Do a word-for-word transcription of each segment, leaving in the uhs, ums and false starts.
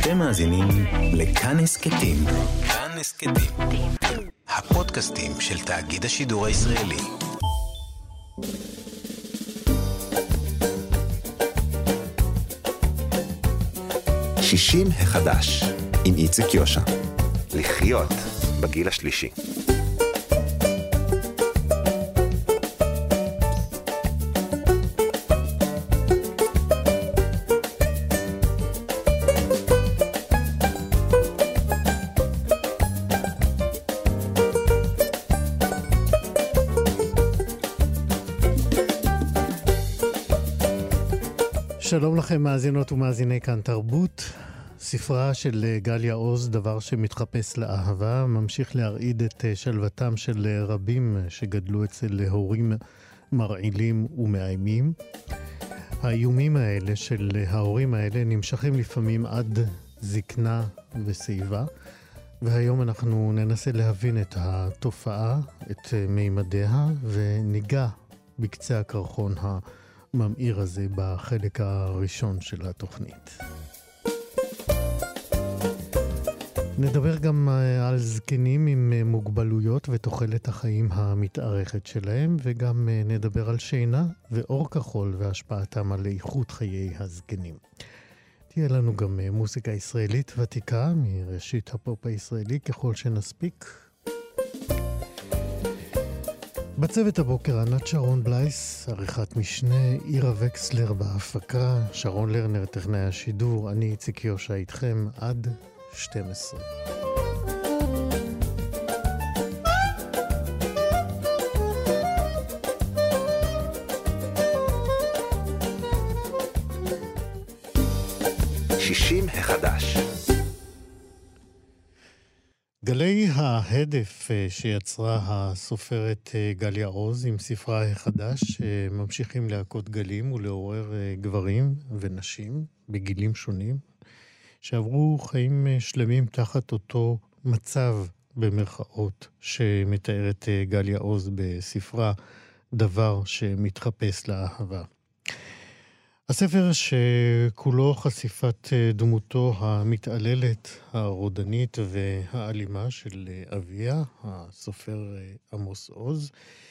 אתם מאזינים לכאן הסכתים. כאן הסכתים. הפודקאסטים של תאגיד השידור הישראלי. שישים החדש עם איציק יושע. לחיות בגיל השלישי. שלום לכם מאזינות ומאזיני כאן תרבות. ספרה של גליה עוז, דבר שמתחפש לאהבה, ממשיך להרעיד את שלוותם של רבים שגדלו אצל הורים מרעילים ומאיימים. האיומים האלה של ההורים האלה נמשכים לפעמים עד זקנה ושיבה, והיום אנחנו ננסה להבין את התופעה, את מימדיה, וניגע בקצה הקרחון ה... ממאיר הזה בחלק הראשון של התוכנית. נדבר גם על זקנים עם מוגבלויות ותוחלת החיים המתארכת שלהם, וגם נדבר על שינה ואור כחול והשפעתם על איכות חיי הזקנים. תהיה לנו גם מוזיקה ישראלית ותיקה מראשית הפופ הישראלי ככל שנספיק. בצוות הבוקר ענת שרון בלייס, עריכת משנה, אירה וקסלר בהפקה, שרון לרנר טכנאי השידור, אני איציק יושע איתכם עד שתים עשרה. שישים החדש. גלי ההדף שיצרה הסופרת גליה עוז עם ספרה החדש ממשיכים להכות גלים ולעורר גברים ונשים בגילים שונים שעברו חיים שלמים תחת אותו מצב במרכאות שמתארת גליה עוז בספרה דבר שמתחפש לאהבה. הספר שכולו חשיפת דמותו המתעללת, הרודנית והאלימה של אביה, הסופר עמוס עוז,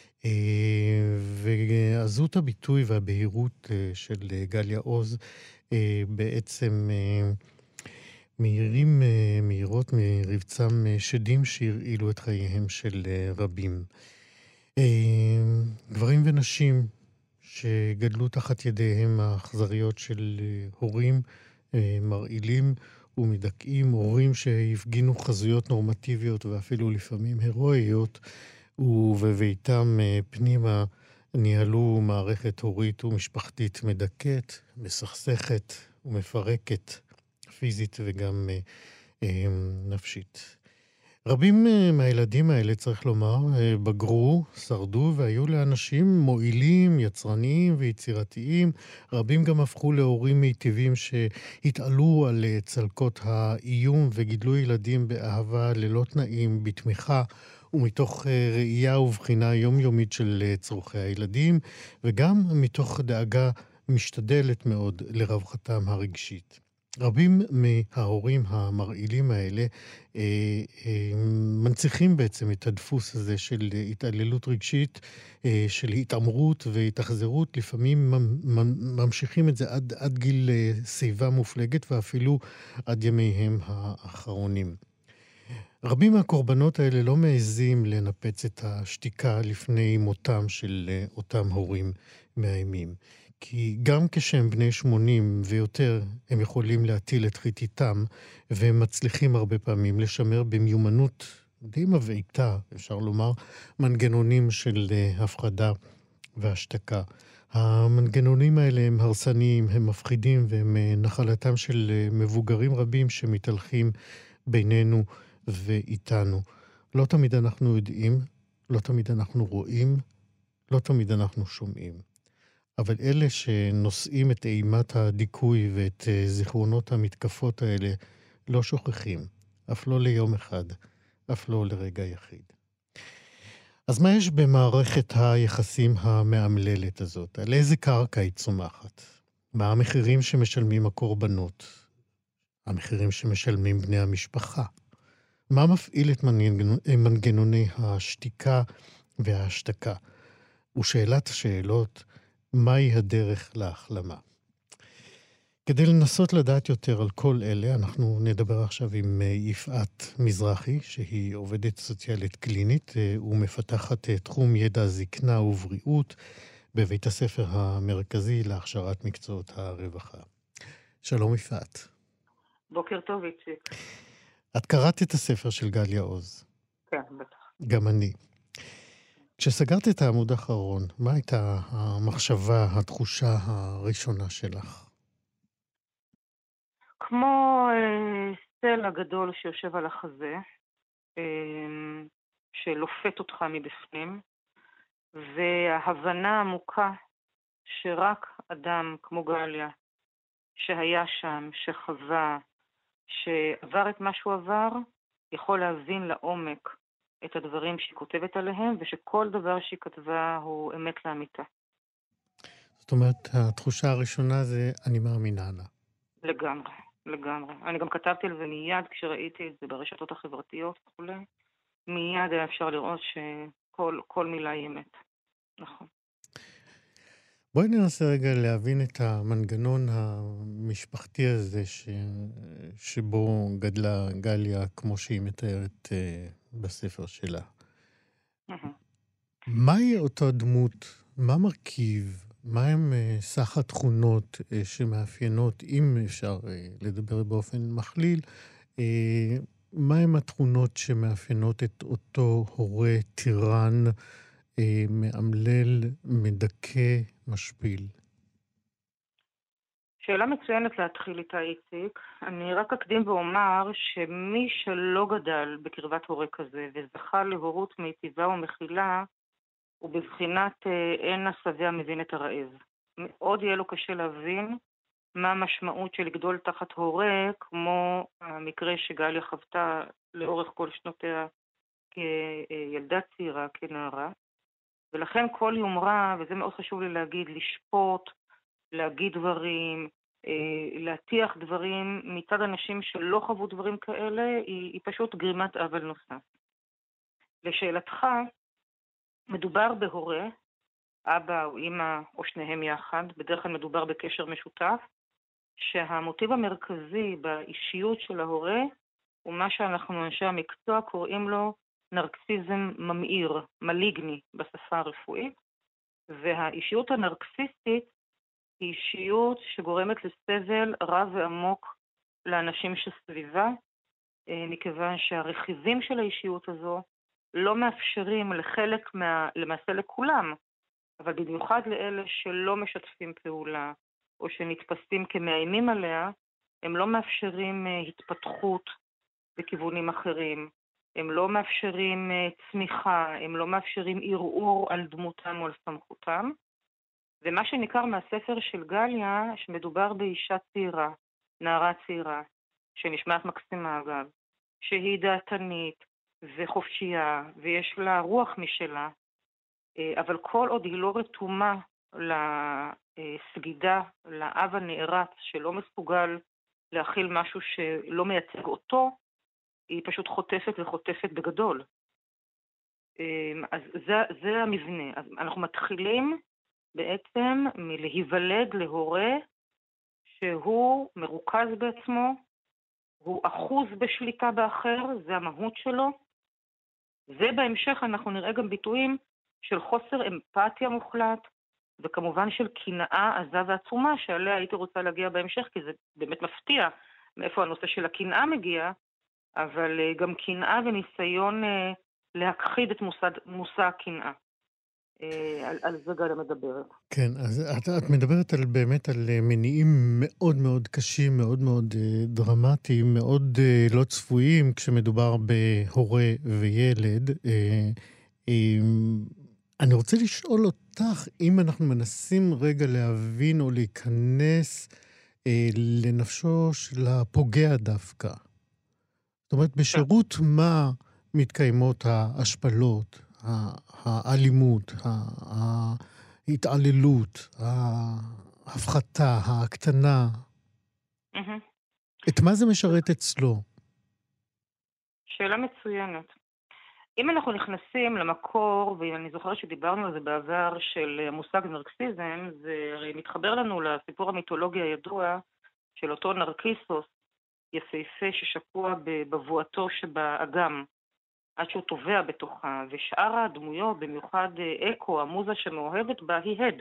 ועזות הביטוי והבהירות של גליה עוז בעצם מהירים מהירות מרבצם שדים שהרעילו את חייהם של רבים. גברים ונשים שגדלו תחת ידיהם האכזריות של הורים מרעילים ומדכאים, הורים שהפגינו חזויות נורמטיביות ואפילו לפעמים הרואיות, ובביתם פנימה ניהלו מערכת הורית ומשפחתית מדכאת, מסכסכת ומפרקת, פיזית וגם נפשית. רבים מהילדים האלה, צריך לומר, בגרו, שרדו והיו לאנשים מועילים, יצרניים ויצירתיים. רבים גם הפכו להורים מיטיבים שהתעלו על צלקות האיום וגידלו ילדים באהבה ללא תנאים, בתמיכה ומתוך ראייה ובחינה יומיומית של צורכי הילדים, וגם מתוך דאגה משתדלת מאוד לרווחתם הרגשית. רבים מההורים המרעילים האלה אה, אה, מנציחים בעצם את הדפוס הזה של התעללות רגשית, אה, של התאמרות והתאכזרות, לפעמים ממשיכים את זה עד, עד גיל אה, שיבה מופלגת ואפילו עד ימיהם האחרונים. רבים מהקורבנות האלה לא מעזים לנפץ את השתיקה לפני מותם של אה, אותם הורים מאיימים. כי גם כשהם בני שמונים ויותר, הם יכולים להטיל את חיתיתם, והם מצליחים הרבה פעמים לשמר במיומנות די מבעיטה, אפשר לומר, מנגנונים של הפחדה והשתקה. המנגנונים האלה הם הרסניים, הם מפחידים, והם נחלתם של מבוגרים רבים שמתהלכים בינינו ואיתנו. לא תמיד אנחנו יודעים, לא תמיד אנחנו רואים, לא תמיד אנחנו שומעים. אבל אלה שנושאים את אימת הדיכוי ואת זיכרונות המתקפות האלה לא שוכחים, אף לא ליום אחד, אף לא לרגע יחיד. אז מה יש במערכת היחסים המאמללת הזאת? על איזה קרקע היא צומחת? מה המחירים שמשלמים הקורבנות? המחירים שמשלמים בני המשפחה. מה מפעיל את מנגנוני השתיקה וההשתקה? ושאלת השאלות, מהי הדרך להחלמה? כדי לנסות לדעת יותר על כל אלה, אנחנו נדבר עכשיו עם יפעת מזרחי, שהיא עובדת סוציאלית קלינית ומפתחת תחום ידע זקנה ובריאות בבית הספר המרכזי להכשרת מקצועות הרווחה. שלום יפעת. בוקר טוב, איציק. את קראת את הספר של גליה עוז. כן, בטח. גם אני. כשסגרת את העמוד האחרון, מה הייתה המחשבה, התחושה הראשונה שלך? כמו אה, סלע גדול שיושב על החזה, אה, שלופת אותך מבפנים, וההבנה עמוקה שרק אדם כמו גליה, שהיה שם, שחווה, שעבר את מה שהוא עבר, יכול להבין לעומק את הדברים שהיא כותבת עליהם, ושכל דבר שהיא כתבה הוא אמת לאמיתה. זאת אומרת, התחושה הראשונה זה אני מאמינה לה. לגמרי, לגמרי. אני גם כתבתי על זה מיד כשראיתי את זה ברשתות החברתיות וכו'. מיד היה אפשר לראות שכל כל מילה היא אמת. נכון. בואי ננסה רגע להבין את המנגנון המשפחתי הזה ש... שבו גדלה גליה כמו שהיא מתארת uh, בספר שלה. Mm-hmm. מהי אותה דמות? מה מרכיב? מה הם uh, סך התכונות uh, שמאפיינות, אם אפשר uh, לדבר באופן מכליל, uh, מה הם התכונות שמאפיינות את אותו הורה טירן, אה, מאמלל, מדכא, משפיל? שאלה מצוינת להתחיל איתה, איציק. אני רק אקדים ואומר שמי שלא גדל בקרבת הורה כזה וזכה להורות מיטיבה ומכילה, הוא בבחינת אה, אין השבע מבין את הרעב. מאוד יהיה לו קשה להבין מה המשמעות של לגדול תחת הורה, כמו המקרה שגליה חוותה לאורך כל שנותיה כילדה צעירה, כנערה. ולכן כל יומרה, וזה מאוד חשוב לי להגיד, לשפוט, להגיד דברים, להטיח דברים מצד אנשים שלא חוו דברים כאלה, היא, היא פשוט גרימת עוול נוסף. לשאלתך, מדובר בהורה, אבא או אמא או שניהם יחד, בדרך כלל מדובר בקשר משותף, שהמוטיב המרכזי באישיות של ההורה הוא מה שאנחנו אנשי המקצוע קוראים לו נרקסיזם ממאיר, מליגני בשפה הרפואית, והאישיות הנרקסיסטית היא אישיות שגורמת לסבל רב ועמוק לאנשים שסביבה, מכיוון שהרכיבים של האישיות הזו לא מאפשרים לחלק, מה, למעשה לכולם, אבל במיוחד לאלה שלא משתפים פעולה או שנתפסים כמאיימים עליה, הם לא מאפשרים התפתחות בכיוונים אחרים. הם לא מאפשרים צמיחה, הם לא מאפשרים ערעור על דמותם או על סמכותם. ומה שניכר מהספר של גליה, שמדובר באישה צעירה, נערה צעירה, שנשמעת מקסימה אגב, שהיא דעתנית וחופשייה, ויש לה רוח משלה, אבל כל עוד היא לא רתומה לסגידה, לאב הנערץ, שלא מסוגל להכיל משהו שלא מייצג אותו, היא פשוט חוטפת וחוטפת בגדול. אז זה, זה המבנה. אז אנחנו מתחילים בעצם מלהיוולד להורה שהוא מרוכז בעצמו, הוא אחוז בשליטה באחר, זה המהות שלו, ובהמשך אנחנו נראה גם ביטויים של חוסר אמפתיה מוחלט, וכמובן של קנאה עזה ועצומה, שעליה הייתי רוצה להגיע בהמשך, כי זה באמת מפתיע מאיפה הנושא של הקנאה מגיע, אבל גם קנאה וניסיון להכחיד את מושא, מושא הקנאה. על, על זה גליה מדברת. כן, אז את, את מדברת על, באמת על מניעים מאוד מאוד קשים, מאוד מאוד דרמטיים, מאוד לא צפויים, כשמדובר בהורה וילד. אני רוצה לשאול אותך, אם אנחנו מנסים רגע להבין או להיכנס לנפשו של הפוגע דווקא. זאת אומרת, בשירות מה מתקיימות ההשפלות, האלימות, ההתעללות, ההפחתה, ההקטנה? את מה זה משרת אצלו? שאלה מצוינת. אם אנחנו נכנסים למקור, ואני זוכרת שדיברנו על זה בעבר, של המושג נרקסיזם, זה הרי מתחבר לנו לסיפור המיתולוגי הידוע של אותו נרקיסוס, יפהפה ששקוע בבואתו שבאגם, עד שהוא טובע בתוכה, ושאר הדמויות, במיוחד אקו, המוזה שמאוהבת בה, היא הד.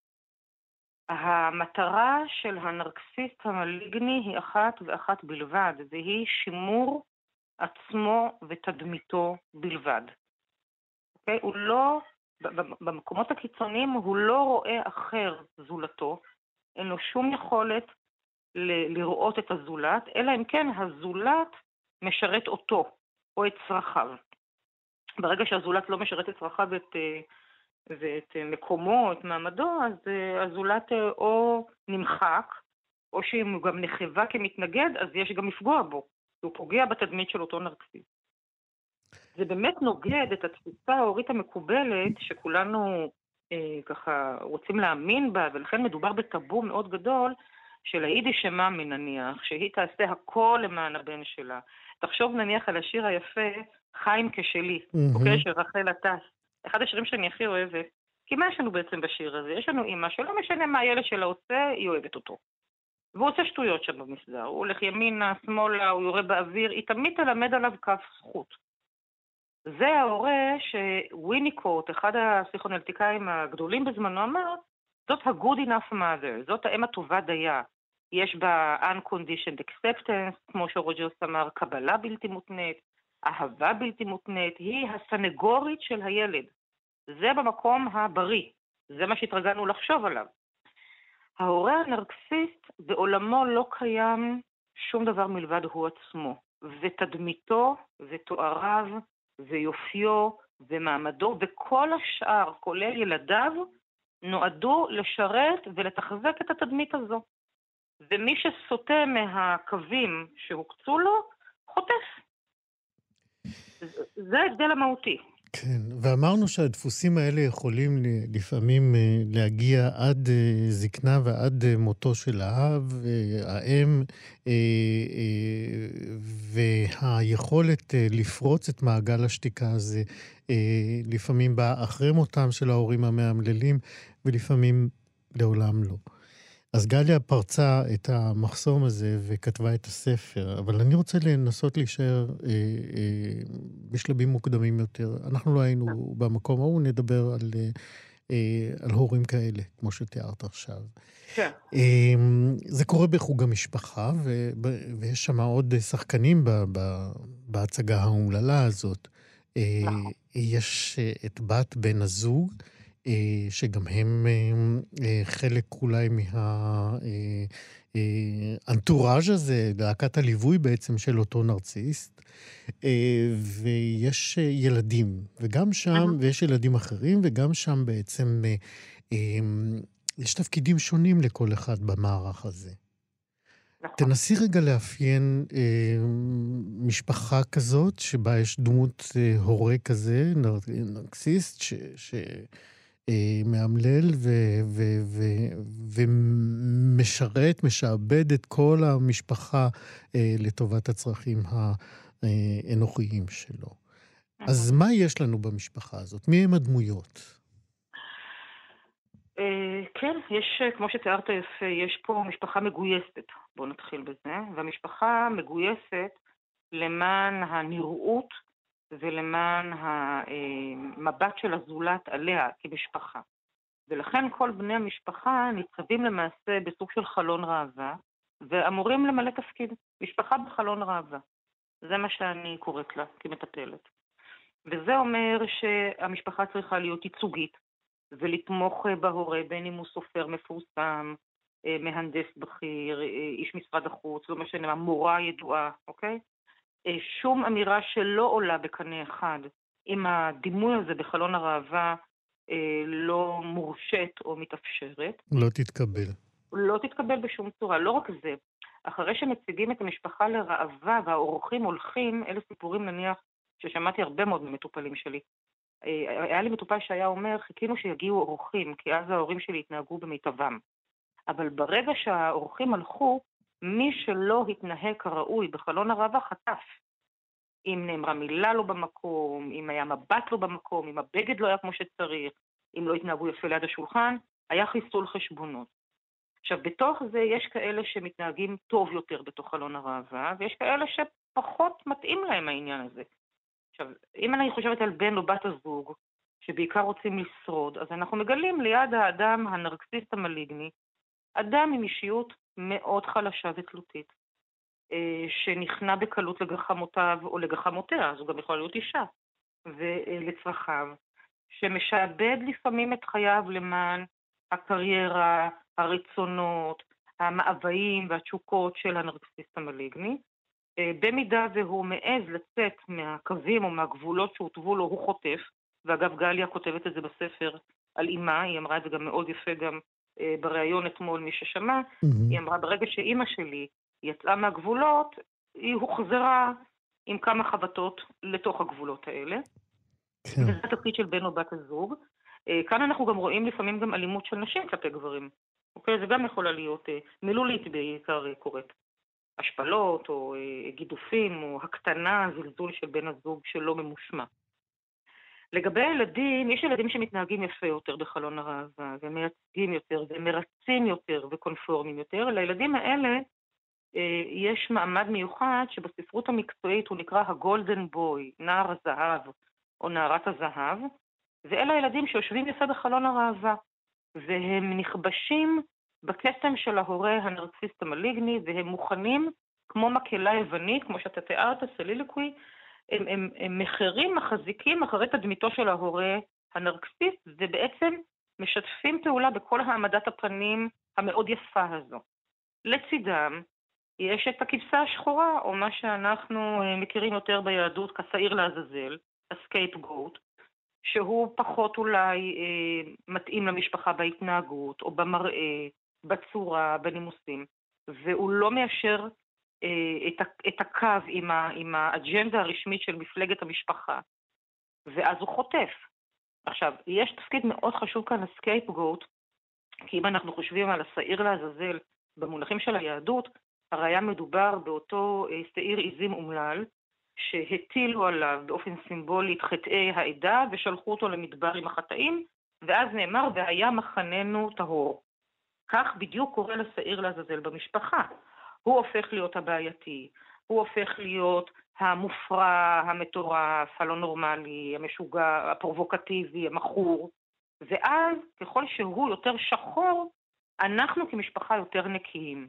המטרה של הנרקסיסט המליגני היא אחת ואחת בלבד, והיא שימור עצמו ותדמיתו בלבד. Okay? הוא לא, במקומות הקיצוניים הוא לא רואה אחר זולתו, אין לו שום יכולת ל- לראות את הזולת, אלא אם כן הזולת משרת אותו או את צרכיו. ברגע שהזולת לא משרת את צרכיו ואת, ואת מקומו, את מעמדו, אז הזולת או נמחק, או שאם הוא גם נחווה כמתנגד, אז יש גם לפגוע בו. הוא פוגע בתדמית של אותו נרקסיסט. זה באמת נוגד את התפיסה ההורית המקובלת, שכולנו אה, ככה רוצים להאמין בה, ולכן מדובר בטאבו מאוד גדול, של היידיש שמאמין נניח, שהיא תעשה הכל למען הבן שלה. תחשוב נניח על השיר היפה, חיים כשלי, Mm-hmm. אוקיי, של רחל עטס. אחד השירים שאני הכי אוהבת, כי מה יש לנו בעצם בשיר הזה? יש לנו אמא שלא משנה מה הילד שלה עושה, היא אוהבת אותו. והוא עושה שטויות שם במסדר, הוא הולך ימינה, שמאלה, הוא יורה באוויר, היא תמיד תלמד עליו כף זכות. זה ההורה שוויניקוט, אחד הפסיכואנליטיקאים הגדולים בזמנו, אמר, זאת ה-good enough mother, זאת האם הטובה דייה. יש בה unconditioned acceptance, כמו שרוג'רס אמר, קבלה בלתי מותנית, אהבה בלתי מותנית, היא הסנגורית של הילד. זה במקום הבריא, זה מה שהתרגלנו לחשוב עליו. ההורה הנרקסיסט בעולמו לא קיים שום דבר מלבד הוא עצמו, ותדמיתו ותואריו ויופיו ומעמדו וכל השאר, כולל ילדיו, נועדו לשרת ולתחזק את התדמית הזו. ומי שסוטה מהקווים שהוקצו לו, חוטף. זה ההבדל המהותי. כן, ואמרנו שהדפוסים האלה יכולים לפעמים להגיע עד זקנה ועד מותו של האב, האם, והיכולת לפרוץ את מעגל השתיקה הזה לפעמים בא אחרי מותם של ההורים המאמללים, ולפעמים לעולם לא. אז גליה פרצה את המחסום הזה וכתבה את הספר, אבל אני רוצה לנסות להישאר אה, אה, בשלבים מוקדמים יותר. אנחנו לא היינו במקום ההוא, נדבר על, אה, על הורים כאלה, כמו שתיארת עכשיו. כן. אה, זה קורה בחוג המשפחה, ו, ויש שם עוד שחקנים ב, ב, בהצגה האומללה הזאת. אה, יש את בת בן הזוג, שגם הם חלק אולי מהאנטוראז' הזה, להקת הליווי בעצם של אותו נרציסט, ויש ילדים, וגם שם, ויש ילדים אחרים, וגם שם בעצם יש תפקידים שונים לכל אחד במערך הזה. תנסי רגע לאפיין משפחה כזאת, שבה יש דמות הורה כזה, נרקסיסט, ש... מאמלל ומשרת, משעבד את כל המשפחה לטובת הצרכים האנוכיים שלו. אז מה יש לנו במשפחה הזאת? מי הם הדמויות? כן, יש, כמו שתיארת יפה, יש פה משפחה מגויסת. בואו נתחיל בזה. והמשפחה מגויסת למען הנראות ולמען המבט של הזולת עליה כמשפחה. ולכן כל בני המשפחה ניצבים למעשה בסוג של חלון ראווה, ואמורים למלא תפקיד. משפחה בחלון ראווה. זה מה שאני קוראת לה כמטפלת. וזה אומר שהמשפחה צריכה להיות ייצוגית, ולתמוך בהורה, בין אם הוא סופר מפורסם, מהנדס בכיר, איש משרד החוץ, לא משנה, מורה ידועה, אוקיי? שום אמירה שלא עולה בקנה אחד, אם הדימוי הזה בחלון הראווה לא מורשת או מתאפשרת. לא תתקבל. לא תתקבל בשום צורה. לא רק זה, אחרי שמציגים את המשפחה לראווה והאורחים הולכים, אלה סיפורים נניח ששמעתי הרבה מאוד ממטופלים שלי. היה לי מטופל שהיה אומר, חיכינו שיגיעו אורחים, כי אז ההורים שלי התנהגו במיטבם. אבל ברגע שהאורחים הלכו, מי שלא התנהג כראוי בחלון הראווה חטף. אם נאמרה מילה לא במקום, אם היה מבט לא במקום, אם הבגד לא היה כמו שצריך, אם לא התנהגו יפה ליד השולחן, היה חיסול חשבונות. עכשיו, בתוך זה יש כאלה שמתנהגים טוב יותר בתוך חלון הראווה, ויש כאלה שפחות מתאים להם העניין הזה. עכשיו, אם אני חושבת על בן או בת הזוג, שבעיקר רוצים לשרוד, אז אנחנו מגלים ליד האדם הנרקסיסט המליגני, אדם עם אישיות מאוד חלשה ותלותית, שנכנע בקלות לגחמותיו או לגחמותיה, אז הוא גם יכול להיות אישה, ולצרכיו, שמשעבד לפעמים את חייו למען הקריירה, הרצונות, המאוויים והתשוקות של הנרקסיסט המליגני. במידה והוא מעז לצאת מהקווים או מהגבולות שהוטבו לו, הוא חוטף, ואגב גליה כותבת את זה בספר על אימה, היא אמרה את זה גם מאוד יפה גם בריאיון אתמול מי ששמע, mm-hmm. היא אמרה ברגע שאימא שלי יצאה מהגבולות, היא הוחזרה עם כמה חבטות לתוך הגבולות האלה. כן. וזה התפקיד של בן או בת הזוג. כאן אנחנו גם רואים לפעמים גם אלימות של נשים כלפי גברים. אוקיי? זה גם יכולה להיות מילולית בעיקר קורית. השפלות או גידופים או הקטנה, זלזול של בן הזוג שלא ממושמע. לגבי הילדים, יש ילדים שמתנהגים יפה יותר בחלון הראווה, ומייצגים יותר, ומרצים יותר, וקונפורמים יותר. לילדים האלה יש מעמד מיוחד שבספרות המקצועית הוא נקרא הגולדן בוי, נער הזהב או נערת הזהב, ואלה הילדים שיושבים יפה בחלון הראווה, והם נכבשים בקסם של ההורה הנרקסיסט המליגני, והם מוכנים כמו מקהלה יוונית, כמו שאתה תיארת, סליליקוי, הם, הם, הם מחרים מחזיקים אחרי תדמיתו של ההורה הנרקסיסט, ובעצם משתפים פעולה בכל העמדת הפנים המאוד יפה הזו. לצידם, יש את הכבשה השחורה, או מה שאנחנו מכירים יותר ביהדות כשעיר לעזאזל, הסקייפגוט, שהוא פחות אולי אה, מתאים למשפחה בהתנהגות, או במראה, בצורה, בנימוסים, והוא לא מיישר אה, את, את הקו עם, ה, עם האג'נדה הרשמית של מפלגת המשפחה, ואז הוא חוטף. עכשיו, יש תפקיד מאוד חשוב כאן הסקייפגוט, כי אם אנחנו חושבים על השעיר לעזאזל במונחים של היהדות, הרי היה מדובר באותו אה, שעיר עיזים אומלל, שהטילו עליו באופן סימבולי את חטאי העדה, ושלחו אותו למדבר עם החטאים, ואז נאמר, והיה מחננו טהור. כך בדיוק קורה לשעיר לעזאזל במשפחה. הוא הופך להיות הבעייתי, הוא הופך להיות המופרע, המטורף, הלא נורמלי, המשוגע, הפרובוקטיבי, המחור, ואז ככל שהוא יותר שחור, אנחנו כמשפחה יותר נקיים.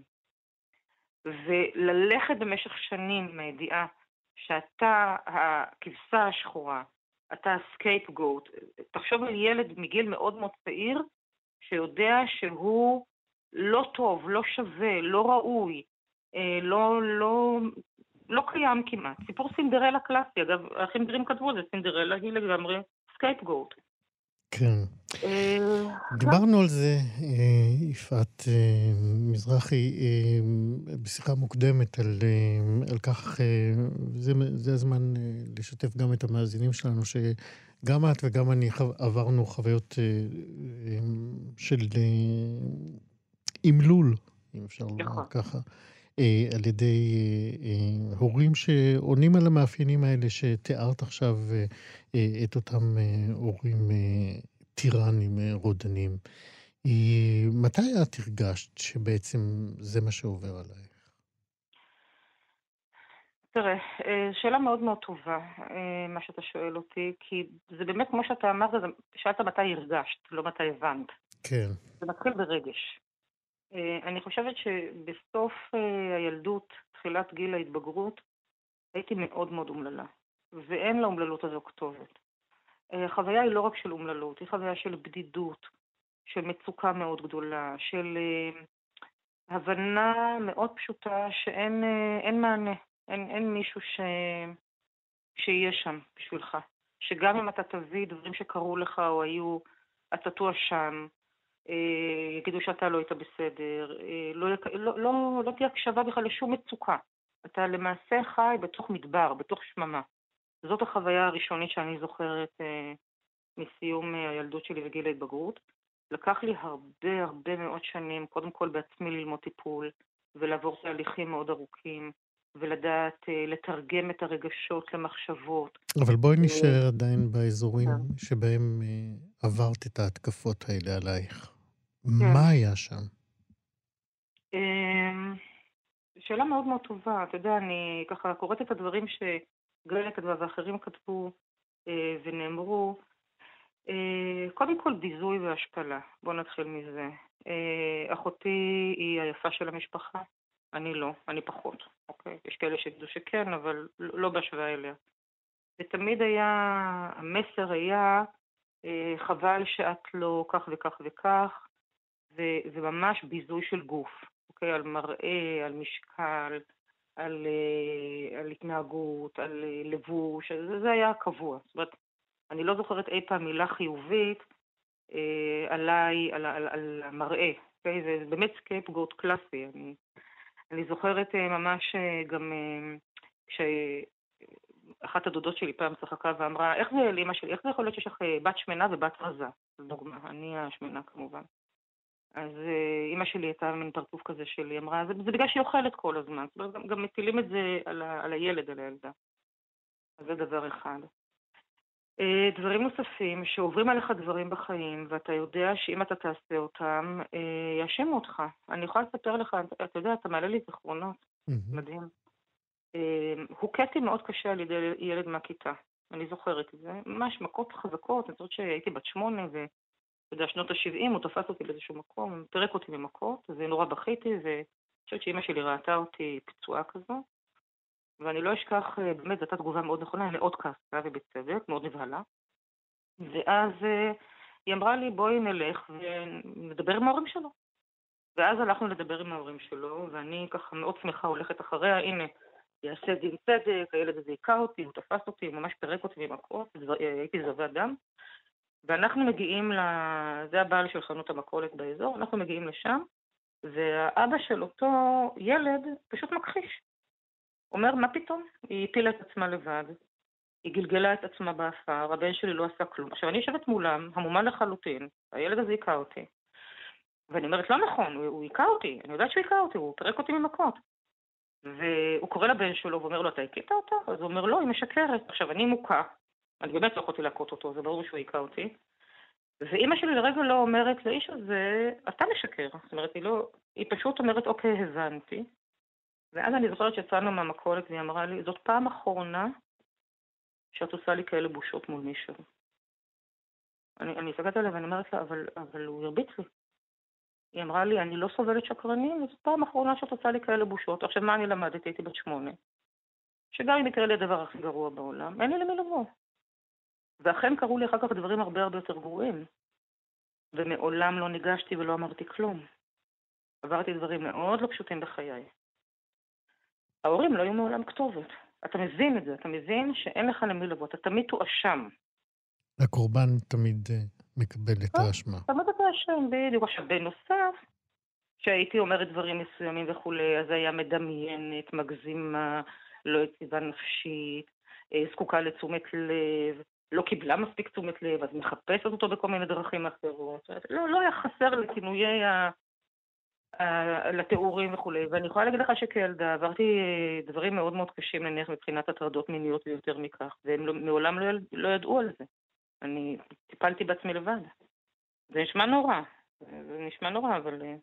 וללכת במשך שנים עם הידיעה שאתה הכבשה השחורה, אתה הסקייפגוט, תחשוב על ילד מגיל מאוד מאוד צעיר, שיודע שהוא לא טוב, לא שווה, לא ראוי, לא, לא, לא קיים כמעט. סיפור סינדרלה קלאסי, אגב, האחים גרים כתבו את זה, סינדרלה היא לגמרי סקייפגוט. כן. דיברנו על זה, יפעת מזרחי, בשיחה מוקדמת על כך, זה הזמן לשתף גם את המאזינים שלנו, שגם את וגם אני עברנו חוויות של אימלול, אם אפשר לומר ככה, על ידי הורים שעונים על המאפיינים האלה שתיארת עכשיו, את אותם הורים טירנים, רודנים. מתי את הרגשת שבעצם זה מה שעובר עלייך? תראה, שאלה מאוד מאוד טובה, מה שאתה שואל אותי, כי זה באמת כמו שאתה אמרת, שאלת מתי הרגשת, לא מתי הבנת. כן. זה מתחיל ברגש. אני חושבת שבסוף הילדות, תחילת גיל ההתבגרות, הייתי מאוד מאוד אומללה, ואין לאומללות הזו כתובת. החוויה היא לא רק של אומללות, היא חוויה של בדידות, של מצוקה מאוד גדולה, של הבנה מאוד פשוטה שאין אין מענה, אין, אין מישהו ש... שיהיה שם בשבילך. שגם אם אתה תביא דברים שקרו לך או היו, אתה תואשם, יגידו שאתה לא היית בסדר, לא, לא, לא, לא תהיה הקשבה בכלל לשום מצוקה. אתה למעשה חי בתוך מדבר, בתוך שממה. זאת החוויה הראשונית שאני זוכרת אה, מסיום אה, הילדות שלי וגיל ההתבגרות. לקח לי הרבה הרבה מאוד שנים, קודם כל בעצמי ללמוד טיפול, ולעבור תהליכים מאוד ארוכים, ולדעת אה, לתרגם את הרגשות למחשבות. אבל בואי אה, נשאר עדיין באזורים כן. שבהם אה, עברת את ההתקפות האלה עלייך. כן. מה היה שם? אמ, שאלה מאוד מאוד טובה. אתה יודע, אני ככה קוראת את הדברים שגאל כתבה ואחרים כתבו אה, ונאמרו. אה, קודם כל ביזוי והשפלה. בואו נתחיל מזה. אה, אחותי היא היפה של המשפחה. אני לא, אני פחות. אוקיי? יש כאלה שיגידו שכן, אבל לא לא בהשוואה אליה. ותמיד היה, המסר היה, אה, חבל שאת לא כך וכך וכך, ו- וממש ביזוי של גוף, אוקיי? על מראה, על משקל, על, אה, על התנהגות, על אה, לבוש, זה, זה היה קבוע. זאת אומרת, אני לא זוכרת אי פעם מילה חיובית אה, עליי, על, על, על המראה, אוקיי? זה באמת סקייפגוט קלאסי. אני, אני זוכרת אה, ממש אה, גם אה, כשאחת הדודות שלי פעם צחקה ואמרה, איך זה לאמא שלי, איך זה יכול להיות שיש לך אה, בת שמנה ובת רזה? זו דוגמה, אני השמנה כמובן. אז אה, אמא שלי הייתה מין פרצוף כזה שלי, אמרה, זה, זה בגלל שהיא אוכלת כל הזמן. זאת אומרת, גם, גם מטילים את זה על, ה, על הילד, על הילדה. אז זה דבר אחד. אה, דברים נוספים, שעוברים עליך דברים בחיים, ואתה יודע שאם אתה תעשה אותם, אה, יאשימו אותך. אני יכולה לספר לך, אתה, אתה יודע, אתה מעלה לי זיכרונות, מהמם. מדהים. אה, הוכיתי מאוד קשה על ידי ילד מהכיתה. אני זוכרת את זה. ממש מכות חזקות, אני חושבת שהייתי בת שמונה, ו... אתה יודע, שנות ה-שבעים, הוא תפס אותי באיזשהו מקום, הוא פירק אותי ממכות, ונורא בכיתי, ואני חושבת שאמא שלי ראתה אותי פצועה כזו, ואני לא אשכח, אה, באמת, זו הייתה תגובה מאוד נכונה, היא מאוד כעסה ובצדק, מאוד נבהלה. ואז אה, היא אמרה לי, בואי נלך ונדבר עם ההורים שלו. ואז הלכנו לדבר עם ההורים שלו, ואני ככה מאוד שמחה הולכת אחריה, הנה, יעשה דין צדק, הילד הזה היכה אותי, הוא תפס אותי, הוא ממש פירק אותי ממכות, זו- אה, הייתי זבת דם. ואנחנו מגיעים, ל... זה הבעל של חנות המכולת באזור, אנחנו מגיעים לשם, והאבא של אותו ילד פשוט מכחיש. אומר, מה פתאום? היא הפילה את עצמה לבד, היא גלגלה את עצמה באפר, הבן שלי לא עשה כלום. עכשיו, אני יושבת מולם, המומה לחלוטין, הילד הזה היכה אותי. ואני אומרת, לא נכון, הוא, הוא היכה אותי, אני יודעת שהוא היכה אותי, הוא פירק אותי ממכות. והוא קורא לבן שלו ואומר לו, אתה הכית אותו? אז הוא אומר, לא, היא משקרת. עכשיו, אני מוכה, אני באמת לא יכולתי להכות אותו, זה ברור שהוא היכה אותי. ואימא שלי לרגע לא אומרת לאיש הזה, אתה משקר. זאת אומרת, היא, לא, היא פשוט אומרת, אוקיי, הבנתי. ואז אני זוכרת שיצאנו מהמכולת והיא אמרה לי, זאת פעם אחרונה שאת עושה לי כאלה בושות מול מישהו. אני, אני הסתכלת עליה ואני אומרת לה, אבל, אבל הוא הרביץ לי. היא אמרה לי, אני לא סובלת שקרנים, וזאת פעם אחרונה שאת עושה לי כאלה בושות. עכשיו, מה אני למדתי? הייתי בת שמונה. שגם אם יקרה לי הדבר הכי גרוע בעולם, אין לי למי לבוא. ואכן קראו לי אחר כך דברים הרבה הרבה יותר גרועים. ומעולם לא ניגשתי ולא אמרתי כלום. עברתי דברים מאוד לא פשוטים בחיי. ההורים לא היו מעולם כתובת. אתה מבין את זה, אתה מבין שאין לך למי לבוא, אתה תמיד תואשם. הקורבן תמיד אה, מקבל את אה, האשמה. תמיד אתה אשם, בדיוק. עכשיו, בנוסף, שהייתי אומרת דברים מסוימים וכולי, אז היה מדמיינת, מגזימה, לא יציבה נפשית, אה, זקוקה לתשומת לב, לא קיבלה מספיק תשומת לב, אז מחפשת אותו בכל מיני דרכים אחרות. לא, לא היה חסר לכינויי ה... ה- לתיאורים וכולי, ואני יכולה להגיד לך שכילדה עברתי אה, דברים מאוד מאוד קשים, נניח מבחינת הטרדות מיניות ויותר מכך, והם לא, מעולם לא, יל- לא ידעו על זה. אני טיפלתי בעצמי לבד. זה נשמע נורא, זה נשמע נורא, אבל... אה,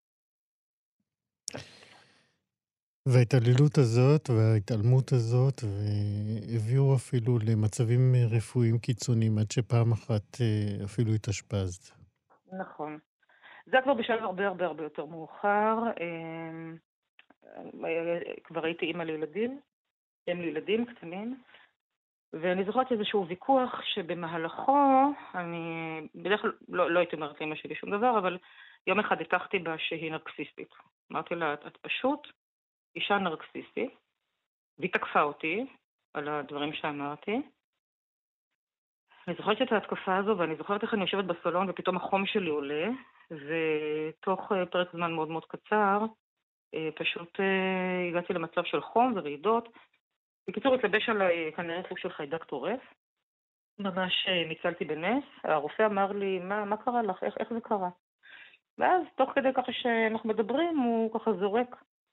וההתעללות הזאת וההתעלמות הזאת הביאו אפילו למצבים רפואיים קיצוניים, עד שפעם אחת אה, אפילו התאשפזת. נכון. זה כבר בשלב הרבה הרבה הרבה יותר מאוחר. אה, אה, כבר הייתי אימא לילדים, אם לילדים קטנים, ואני זוכרת איזשהו ויכוח שבמהלכו, אני בדרך כלל לא, לא הייתי אומרת לאמא שלי שום דבר, אבל יום אחד הטחתי בה שהיא נרקסיסטית. אמרתי לה, את פשוט אישה נרקסיסטית, והיא תקפה אותי על הדברים שאמרתי. אני זוכרת את ההתקפה הזו, ואני זוכרת איך אני יושבת בסלון, ופתאום החום שלי עולה, ותוך אה, פרק זמן מאוד מאוד קצר, אה, פשוט אה, הגעתי למצב של חום ורעידות. בקיצור, התלבש עליי כנראה סוג של חיידק טורף. ממש אה, ניצלתי בנס. הרופא אמר לי, מה, מה קרה לך? איך, איך זה קרה? ואז תוך כדי ככה שאנחנו מדברים, הוא ככה זורק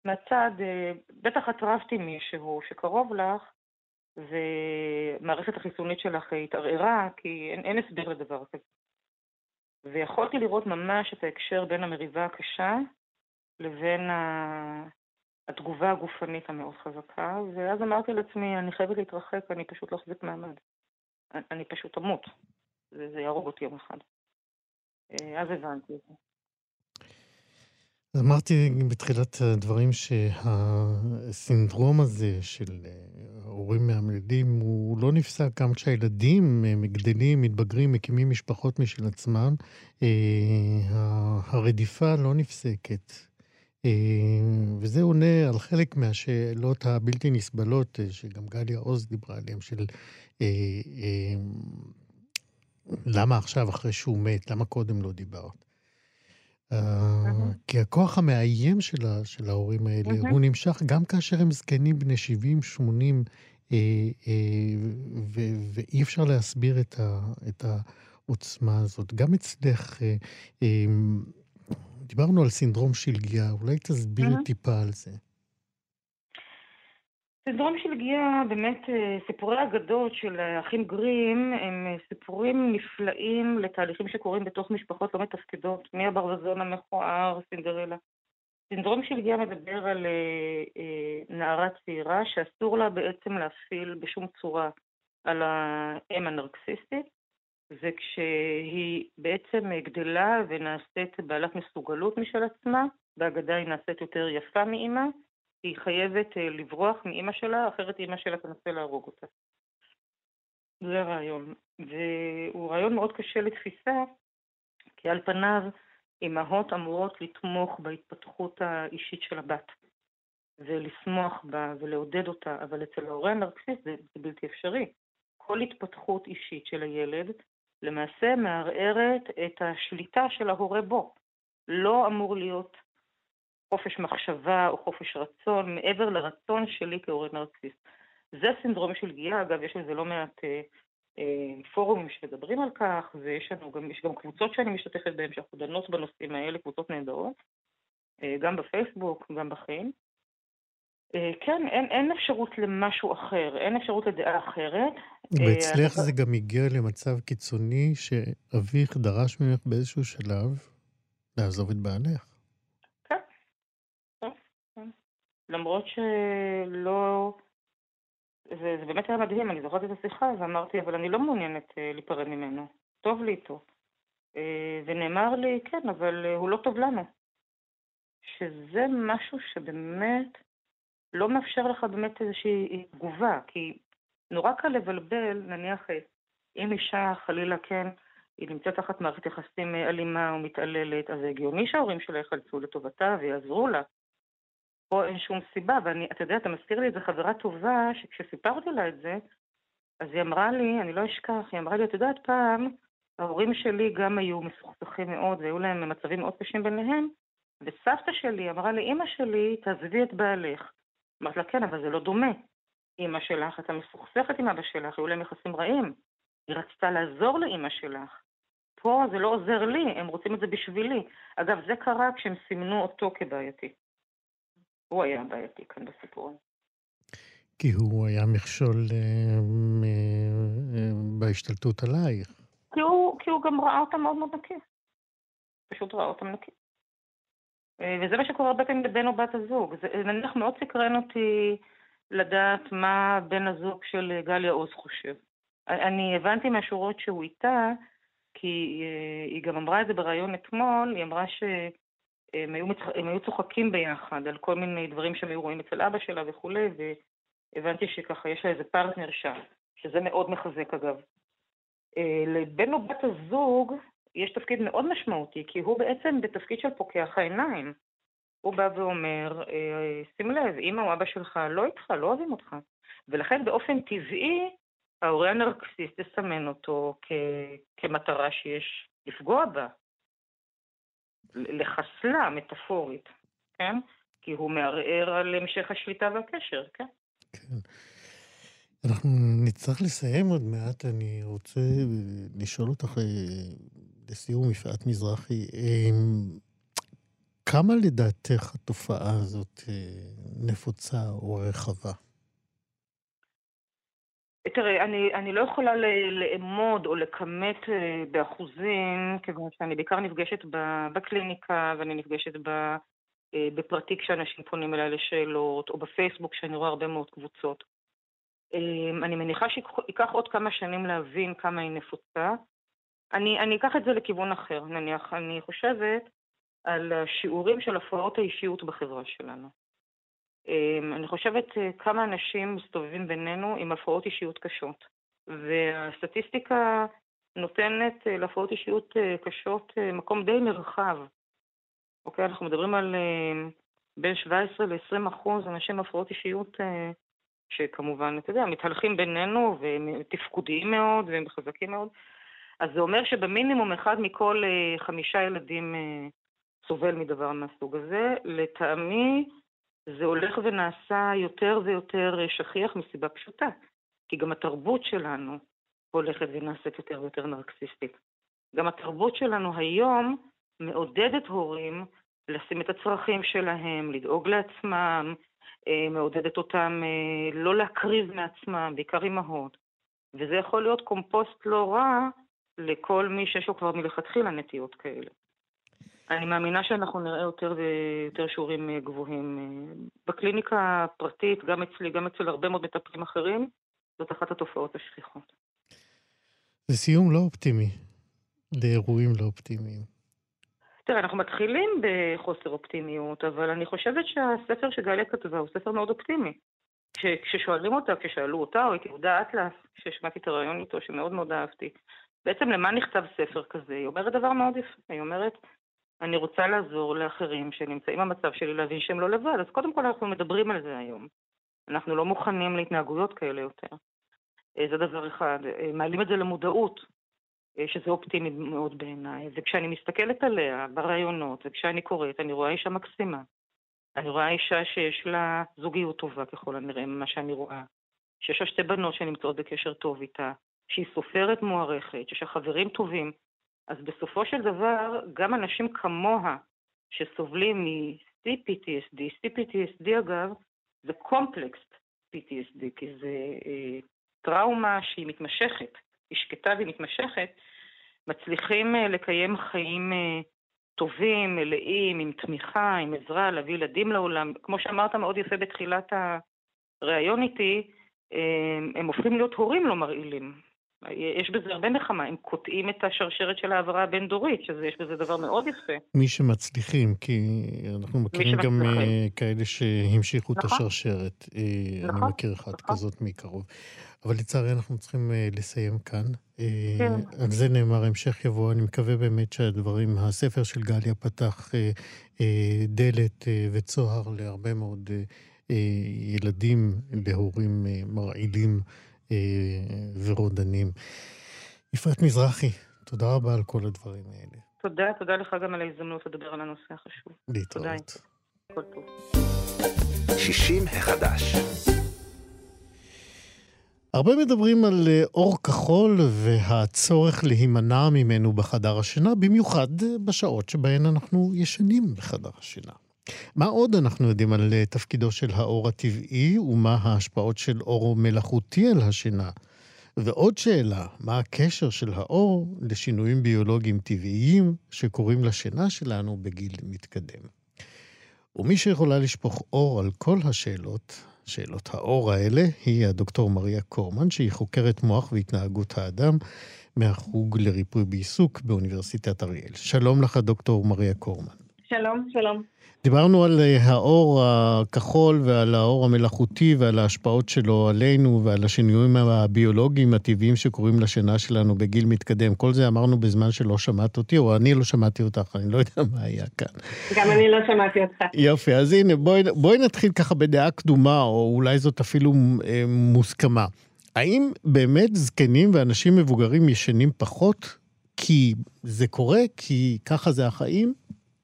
מהצד, אה, בטח את רבת עם מישהו שקרוב לך, ומערכת החיסונית שלך התערערה, כי אין, אין הסבר לדבר כזה. ויכולתי לראות ממש את ההקשר בין המריבה הקשה לבין ה... התגובה הגופנית המאוד חזקה, ואז אמרתי לעצמי, אני חייבת להתרחק, אני פשוט לא אחזיק מעמד. אני, אני פשוט אמות. זה, זה יהרוג אותי יום אחד. אז הבנתי את זה. אמרתי בתחילת הדברים שהסינדרום הזה של הורים מאמלדים הוא לא נפסק גם כשהילדים גדלים, מתבגרים, מקימים משפחות משל עצמם. הרדיפה לא נפסקת. וזה עונה על חלק מהשאלות הבלתי נסבלות שגם גליה עוז דיברה עליהם, של למה עכשיו אחרי שהוא מת, למה קודם לא דיברת? כי הכוח המאיים של ההורים האלה, הוא נמשך גם כאשר הם זקנים בני שבעים שמונים, ואי אפשר להסביר את העוצמה הזאת. גם אצלך, דיברנו על סינדרום שלגיה, אולי תסבירי טיפה על זה. סינדרום שלגיה, באמת סיפורי האגדות של האחים גרים הם סיפורים נפלאים לתהליכים שקורים בתוך משפחות לא מתפקדות, מהברווזון המכוער, סינדרלה. סינדרום שלגיה מדבר על נערה צעירה שאסור לה בעצם להפעיל בשום צורה על האם הנרקסיסטית, וכשהיא בעצם גדלה ונעשית בעלת מסוגלות משל עצמה, בהגדה היא נעשית יותר יפה מאמא, היא חייבת לברוח מאמא שלה, אחרת אמא שלה תנסה להרוג אותה. זה הרעיון. והוא רעיון מאוד קשה לתפיסה, כי על פניו אמהות אמורות לתמוך בהתפתחות האישית של הבת, ולשמוח בה ולעודד אותה, אבל אצל ההורה הנרקסיסט זה, זה בלתי אפשרי. כל התפתחות אישית של הילד למעשה מערערת את השליטה של ההורה בו. לא אמור להיות חופש מחשבה או חופש רצון, מעבר לרצון שלי כהורה נרקסיסט. זה סינדרום של גיאה, אגב, יש לזה לא מעט אה, אה, פורומים שמדברים על כך, ויש לנו גם, יש גם קבוצות שאני משתתפת בהן, שאנחנו דנות בנושאים האלה, קבוצות נהדרות, אה, גם בפייסבוק, גם בחיים. אה, כן, אין, אין אפשרות למשהו אחר, אין אפשרות לדעה אחרת. ואצלך אה, זה גם הגיע למצב קיצוני שאביך דרש ממך באיזשהו שלב לעזוב את בעלך. למרות שלא, זה, זה באמת היה מדהים, אני זוכרת את השיחה ואמרתי, אבל אני לא מעוניינת uh, להיפרד ממנו, טוב לי איתו. Uh, ונאמר לי, כן, אבל uh, הוא לא טוב לנו. שזה משהו שבאמת לא מאפשר לך באמת איזושהי תגובה, כי נורא קל לבלבל, נניח, אם אישה חלילה כן, היא נמצאת תחת מערכת יחסים אלימה או מתעללת, אז זה הגיוני שההורים שלה יחלצו לטובתה ויעזרו לה. פה אין שום סיבה, ואני, אתה יודע, אתה מזכיר לי איזו חברה טובה, שכשסיפרתי לה את זה, אז היא אמרה לי, אני לא אשכח, היא אמרה לי, אתה יודעת, פעם, ההורים שלי גם היו מסוכסכים מאוד, והיו להם מצבים מאוד קשים ביניהם, וסבתא שלי אמרה לי, אמא שלי, תעזבי את בעלך. אמרת לה, כן, אבל זה לא דומה. אמא שלך, אתה מסוכסכת עם אבא שלך, היו להם יחסים רעים. היא רצתה לעזור לאמא שלך. פה זה לא עוזר לי, הם רוצים את זה בשבילי. אגב, זה קרה כשהם סימנו אותו כבעייתי. הוא היה בעייתי כאן בסיפור. כי הוא היה מכשול אה, אה, בהשתלטות עלייך. כי הוא, כי הוא גם ראה אותם מאוד מאוד נקי. פשוט ראה אותם נקי. אה, וזה מה שקורה הרבה פעמים לבן או בת הזוג. זה נניח מאוד סקרן אותי לדעת מה בן הזוג של גליה עוז חושב. אני הבנתי מהשורות שהוא איתה, כי אה, היא גם אמרה את זה ברעיון אתמול, היא אמרה ש... הם היו, מצח... הם היו צוחקים ביחד על כל מיני דברים שהם היו רואים אצל אבא שלה וכו', והבנתי שככה יש לה איזה פרטנר שם, שזה מאוד מחזק אגב. לבן או בת הזוג יש תפקיד מאוד משמעותי, כי הוא בעצם בתפקיד של פוקח העיניים. הוא בא ואומר, שים לב, אמא או אבא שלך לא איתך, לא אוהבים אותך. ולכן באופן טבעי, ההורה הנרקסיסט יסמן אותו כ... כמטרה שיש לפגוע בה. לחסלה מטאפורית, כן? כי הוא מערער על המשך השליטה והקשר, כן? כן. אנחנו נצטרך לסיים עוד מעט, אני רוצה לשאול אותך לסיום, יפעת מזרחי, כמה לדעתך התופעה הזאת נפוצה או רחבה? תראה, אני, אני לא יכולה לאמוד או לכמת באחוזים, כיוון שאני בעיקר נפגשת בקליניקה, ואני נפגשת בפרטי כשאנשים פונים אליי לשאלות, או בפייסבוק כשאני רואה הרבה מאוד קבוצות. אני מניחה שיקח עוד כמה שנים להבין כמה היא נפוצה. אני, אני אקח את זה לכיוון אחר, נניח. אני חושבת על השיעורים של הפרעות האישיות בחברה שלנו. אני חושבת כמה אנשים מסתובבים בינינו עם הפרעות אישיות קשות. והסטטיסטיקה נותנת להפרעות אישיות קשות מקום די מרחב. אוקיי, אנחנו מדברים על בין שבע עשרה ל-עשרים אחוז אנשים הפרעות אישיות שכמובן, אתה יודע, מתהלכים בינינו והם תפקודיים מאוד והם חזקים מאוד. אז זה אומר שבמינימום אחד מכל חמישה ילדים סובל מדבר מהסוג הזה. לטעמי זה הולך ונעשה יותר ויותר שכיח מסיבה פשוטה, כי גם התרבות שלנו הולכת ונעשית יותר ויותר נרקסיסטית. גם התרבות שלנו היום מעודדת הורים לשים את הצרכים שלהם, לדאוג לעצמם, מעודדת אותם לא להקריב מעצמם, בעיקר אימהות. וזה יכול להיות קומפוסט לא רע לכל מי שיש לו כבר מלכתחילה נטיות כאלה. אני מאמינה שאנחנו נראה יותר ויותר שיעורים גבוהים. בקליניקה הפרטית, גם אצלי, גם אצל הרבה מאוד מטפלים אחרים, זאת אחת התופעות השכיחות. זה סיום לא אופטימי, לאירועים לא אופטימיים. תראה, אנחנו מתחילים בחוסר אופטימיות, אבל אני חושבת שהספר שגליה כתבה הוא ספר מאוד אופטימי. כששואלים אותה, כששאלו אותה, או את יהודה אטלס, כששמעתי את הרעיון איתו, שמאוד מאוד אהבתי, בעצם למה נכתב ספר כזה? היא אומרת דבר מאוד יפה, היא אומרת, אני רוצה לעזור לאחרים שנמצאים במצב שלי להבין שהם לא לבד, אז קודם כל אנחנו מדברים על זה היום. אנחנו לא מוכנים להתנהגויות כאלה יותר. זה דבר אחד. מעלים את זה למודעות, שזה אופטימי מאוד בעיניי. וכשאני מסתכלת עליה ברעיונות, וכשאני קוראת, אני רואה אישה מקסימה. אני רואה אישה שיש לה זוגיות טובה ככל הנראה, מה שאני רואה. שיש לה שתי בנות שנמצאות בקשר טוב איתה, שהיא סופרת מוערכת, שיש לה חברים טובים. אז בסופו של דבר, גם אנשים כמוה שסובלים מ-סי פי טי אס די, סי פי טי אס די אגב, זה קומפלקס פי טי אס די, כי זה אה, טראומה שהיא מתמשכת, היא שקטה והיא מתמשכת, מצליחים אה, לקיים חיים אה, טובים, מלאים, עם תמיכה, עם עזרה, להביא ילדים לעולם. כמו שאמרת מאוד יפה בתחילת הרעיון איתי, אה, הם הופכים להיות הורים לא מרעילים. יש בזה הרבה נחמה, הם קוטעים את השרשרת של העברה הבין-דורית, שזה יש בזה דבר מאוד יפה. מי שמצליחים, כי אנחנו מכירים גם כאלה שהמשיכו את השרשרת. אני מכיר אחת כזאת מקרוב. אבל לצערי אנחנו צריכים לסיים כאן. על זה נאמר, המשך יבוא. אני מקווה באמת שהדברים, הספר של גליה פתח דלת וצוהר להרבה מאוד ילדים, להורים מרעילים, ורודנים. יפעת מזרחי, תודה רבה על כל הדברים האלה. תודה, תודה לך גם על ההזדמנות לדבר על הנושא החשוב. להתראות. כל טוב. שישים החדש. הרבה מדברים על אור כחול והצורך להימנע ממנו בחדר השינה, במיוחד בשעות שבהן אנחנו ישנים בחדר השינה. מה עוד אנחנו יודעים על תפקידו של האור הטבעי ומה ההשפעות של אור מלאכותי על השינה? ועוד שאלה, מה הקשר של האור לשינויים ביולוגיים טבעיים שקורים לשינה שלנו בגיל מתקדם? ומי שיכולה לשפוך אור על כל השאלות, שאלות האור האלה, היא הדוקטור מריה קורמן, שהיא חוקרת מוח והתנהגות האדם מהחוג לריפוי בעיסוק באוניברסיטת אריאל. שלום לך דוקטור מריה קורמן. שלום, שלום. דיברנו על האור הכחול ועל האור המלאכותי ועל ההשפעות שלו עלינו ועל השינויים הביולוגיים הטבעיים שקורים לשינה שלנו בגיל מתקדם. כל זה אמרנו בזמן שלא שמעת אותי, או אני לא שמעתי אותך, אני לא יודע מה היה כאן. גם אני לא שמעתי אותך. יופי, אז הנה, בואי, בואי נתחיל ככה בדעה קדומה, או אולי זאת אפילו אה, מוסכמה. האם באמת זקנים ואנשים מבוגרים ישנים פחות? כי זה קורה? כי ככה זה החיים?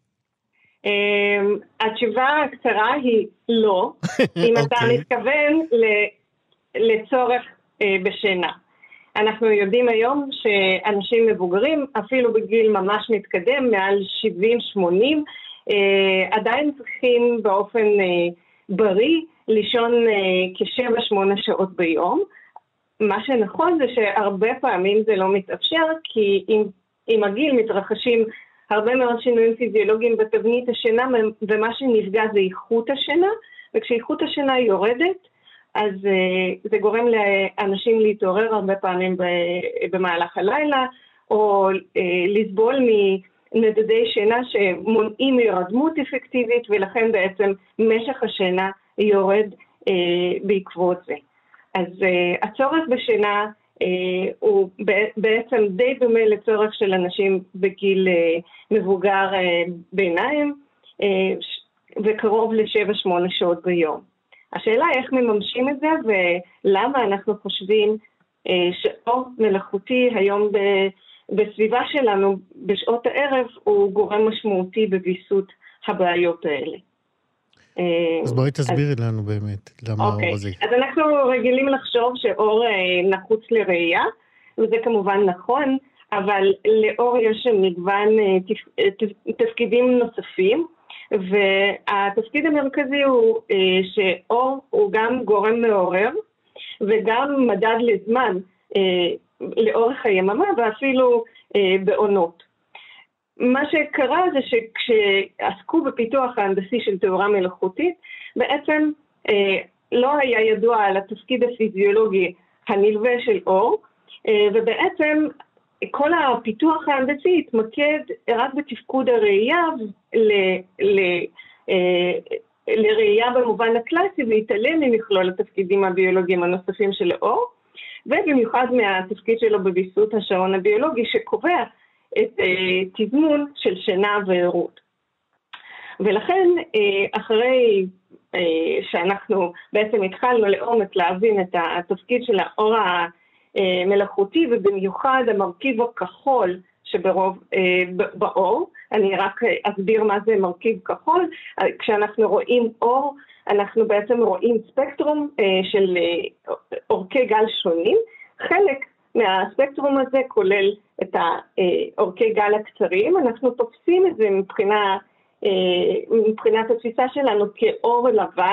התשובה הקצרה היא לא, אם אתה מתכוון לצורך בשינה. אנחנו יודעים היום שאנשים מבוגרים, אפילו בגיל ממש מתקדם, מעל שבעים שמונים, עדיין צריכים באופן בריא לישון כשבע שמונה שעות ביום. מה שנכון זה שהרבה פעמים זה לא מתאפשר, כי עם, עם הגיל מתרחשים הרבה מאוד שינויים פיזיולוגיים בתבנית השינה, ומה שנפגע זה איכות השינה, וכשאיכות השינה יורדת, אז uh, זה גורם לאנשים להתעורר הרבה פעמים במהלך הלילה, או uh, לסבול מנדדי שינה שמונעים מהירדמות אפקטיבית, ולכן בעצם משך השינה יורד uh, בעקבות זה. אז uh, הצורך בשינה uh, הוא בעצם די דומה לצורך של אנשים בגיל uh, מבוגר uh, ביניים, uh, וקרוב לשבע שמונה שעות ביום. השאלה איך מממשים את זה, ולמה אנחנו חושבים uh, שאור מלאכותי היום ב- בסביבה שלנו בשעות הערב הוא גורם משמעותי בביסות הבעיות האלה. אז בואי תסבירי אז, לנו באמת למה אוקיי. האור הזה. אז אנחנו רגילים לחשוב שאור נחוץ לראייה, וזה כמובן נכון, אבל לאור יש מגוון תפקידים נוספים, והתפקיד המרכזי הוא שאור הוא גם גורם מעורר, וגם מדד לזמן לאורך היממה, ואפילו בעונות. מה שקרה זה שכשעסקו בפיתוח ההנדסי של תאורה מלאכותית, בעצם אה, לא היה ידוע על התפקיד הפיזיולוגי הנלווה של אור, אה, ובעצם כל הפיתוח ההנדסי התמקד רק בתפקוד הראייה ל, ל, אה, לראייה במובן הקלאסי, והתעלם ממכלול התפקידים הביולוגיים הנוספים של האור, ובמיוחד מהתפקיד שלו בביסות השעון הביולוגי שקובע את uh, תזמון של שינה וערות. ולכן uh, אחרי uh, שאנחנו בעצם התחלנו לעומק להבין את התפקיד של האור המלאכותי, ובמיוחד המרכיב הכחול שברוב uh, באור, אני רק אסביר מה זה מרכיב כחול. כשאנחנו רואים אור, אנחנו בעצם רואים ספקטרום uh, של uh, אורכי גל שונים. חלק מהספקטרום הזה כולל את האורכי גל הקצרים. אנחנו תופסים את זה מבחינה, מבחינת התפיסה שלנו כאור לבן,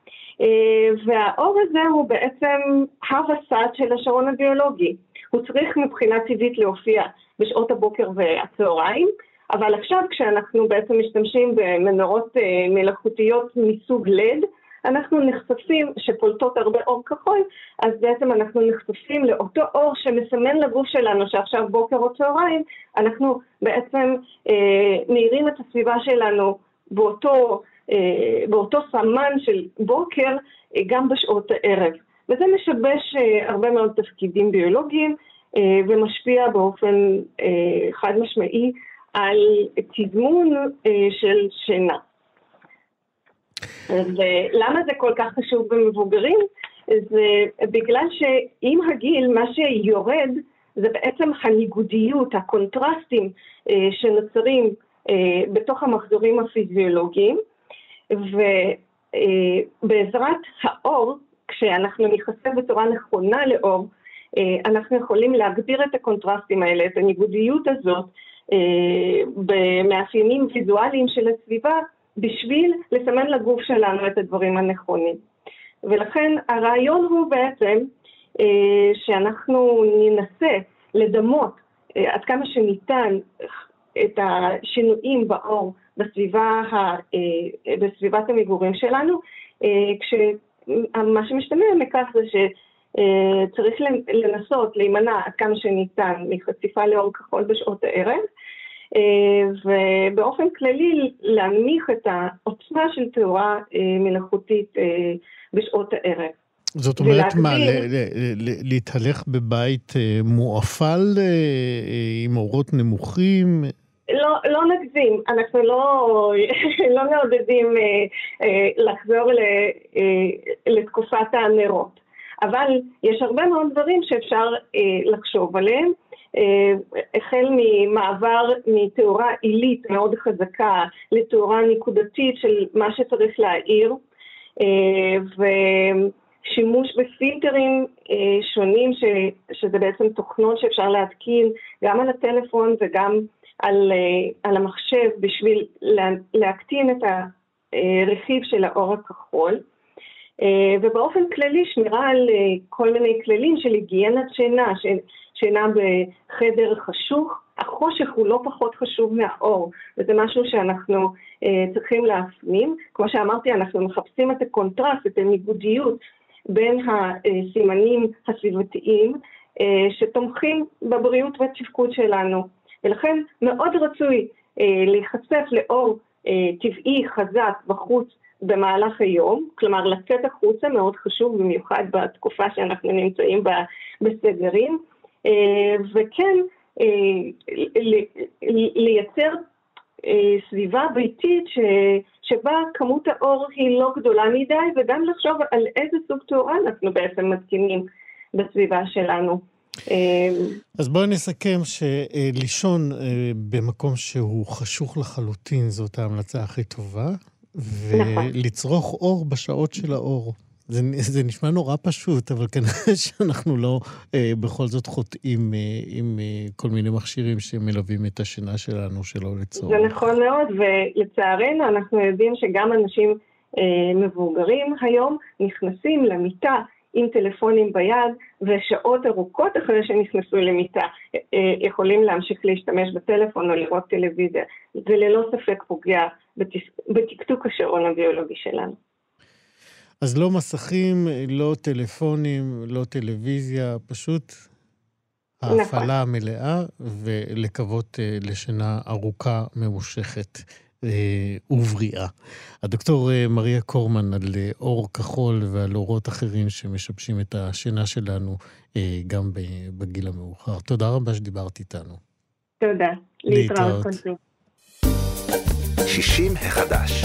והאור הזה הוא בעצם הווסת של השעון הביולוגי. הוא צריך מבחינה טבעית להופיע בשעות הבוקר והצהריים, אבל עכשיו כשאנחנו בעצם משתמשים במנורות מלאכותיות מסוג לד, אנחנו נחשפים, שפולטות הרבה אור כחול, אז בעצם אנחנו נחשפים לאותו אור שמסמן לגוף שלנו שעכשיו בוקר או צהריים, אנחנו בעצם אה, מאירים את הסביבה שלנו באותו, אה, באותו סמן של בוקר, אה, גם בשעות הערב. וזה משבש אה, הרבה מאוד תפקידים ביולוגיים, אה, ומשפיע באופן אה, חד משמעי על תזמון אה, של שינה. ולמה זה כל כך חשוב במבוגרים? זה בגלל שעם הגיל מה שיורד זה בעצם הניגודיות, הקונטרסטים שנוצרים בתוך המחזורים הפיזיולוגיים, ובעזרת האור, כשאנחנו נחשף בצורה נכונה לאור, אנחנו יכולים להגביר את הקונטרסטים האלה, את הניגודיות הזאת, במאפיינים ויזואליים של הסביבה, בשביל לסמן לגוף שלנו את הדברים הנכונים. ולכן הרעיון הוא בעצם אה, שאנחנו ננסה לדמות אה, עד כמה שניתן את השינויים באור בסביבה ה, אה, בסביבת המגורים שלנו, אה, כשמה שמשתמע מכך זה שצריך לנסות להימנע עד כמה שניתן מחשיפה לאור כחול בשעות הערב, ובאופן כללי להנמיך את העוצמה של תאורה מלאכותית בשעות הערב. זאת אומרת מה, להתהלך בבית מואפל עם אורות נמוכים? לא, לא נגזים, אנחנו לא, לא מעודדים לחזור לתקופת הנרות, אבל יש הרבה מאוד דברים שאפשר לחשוב עליהם, החל ממעבר מתאורה עילית מאוד חזקה לתאורה נקודתית של מה שצריך להעיר, ושימוש בפילטרים שונים, שזה בעצם תוכנות שאפשר להתקין גם על הטלפון וגם על, על המחשב בשביל לה, להקטין את הרכיב של האור הכחול, ובאופן כללי שמירה על כל מיני כללים של היגיינת שינה, שינה בחדר חשוך. החושך הוא לא פחות חשוב מהאור, וזה משהו שאנחנו צריכים להפנים. כמו שאמרתי, אנחנו מחפשים את הקונטרסט, את הניגודיות בין הסימנים הסביבתיים שתומכים בבריאות והתפקוד שלנו. ולכן מאוד רצוי להיחשף לאור טבעי חזק בחוץ במהלך היום, כלומר לצאת החוצה מאוד חשוב, במיוחד בתקופה שאנחנו נמצאים בסגרים, וכן לייצר סביבה ביתית שבה כמות האור היא לא גדולה מדי, וגם לחשוב על איזה סוג תאורה אנחנו בעצם מתקינים בסביבה שלנו. אז בואי נסכם שלישון במקום שהוא חשוך לחלוטין זאת ההמלצה הכי טובה, ולצרוך אור בשעות של האור. זה, זה נשמע נורא פשוט, אבל כנראה שאנחנו לא אה, בכל זאת חוטאים אה, עם אה, כל מיני מכשירים שמלווים את השינה שלנו שלא לצורך. זה נכון מאוד, ולצערנו אנחנו יודעים שגם אנשים אה, מבוגרים היום נכנסים למיטה עם טלפונים ביד, ושעות ארוכות אחרי שנכנסו למיטה אה, יכולים להמשיך להשתמש בטלפון או לראות טלוויזיה. זה ללא ספק פוגע בתקתוק השעון הביולוגי שלנו. אז לא מסכים, לא טלפונים, לא טלוויזיה, פשוט ההפעלה המלאה, ולקוות לשינה ארוכה, ממושכת ובריאה. הדוקטור מריה קורמן על אור כחול ועל אורות אחרים שמשבשים את השינה שלנו גם בגיל המאוחר. תודה רבה שדיברת איתנו. תודה. להתראות. שישים החדש.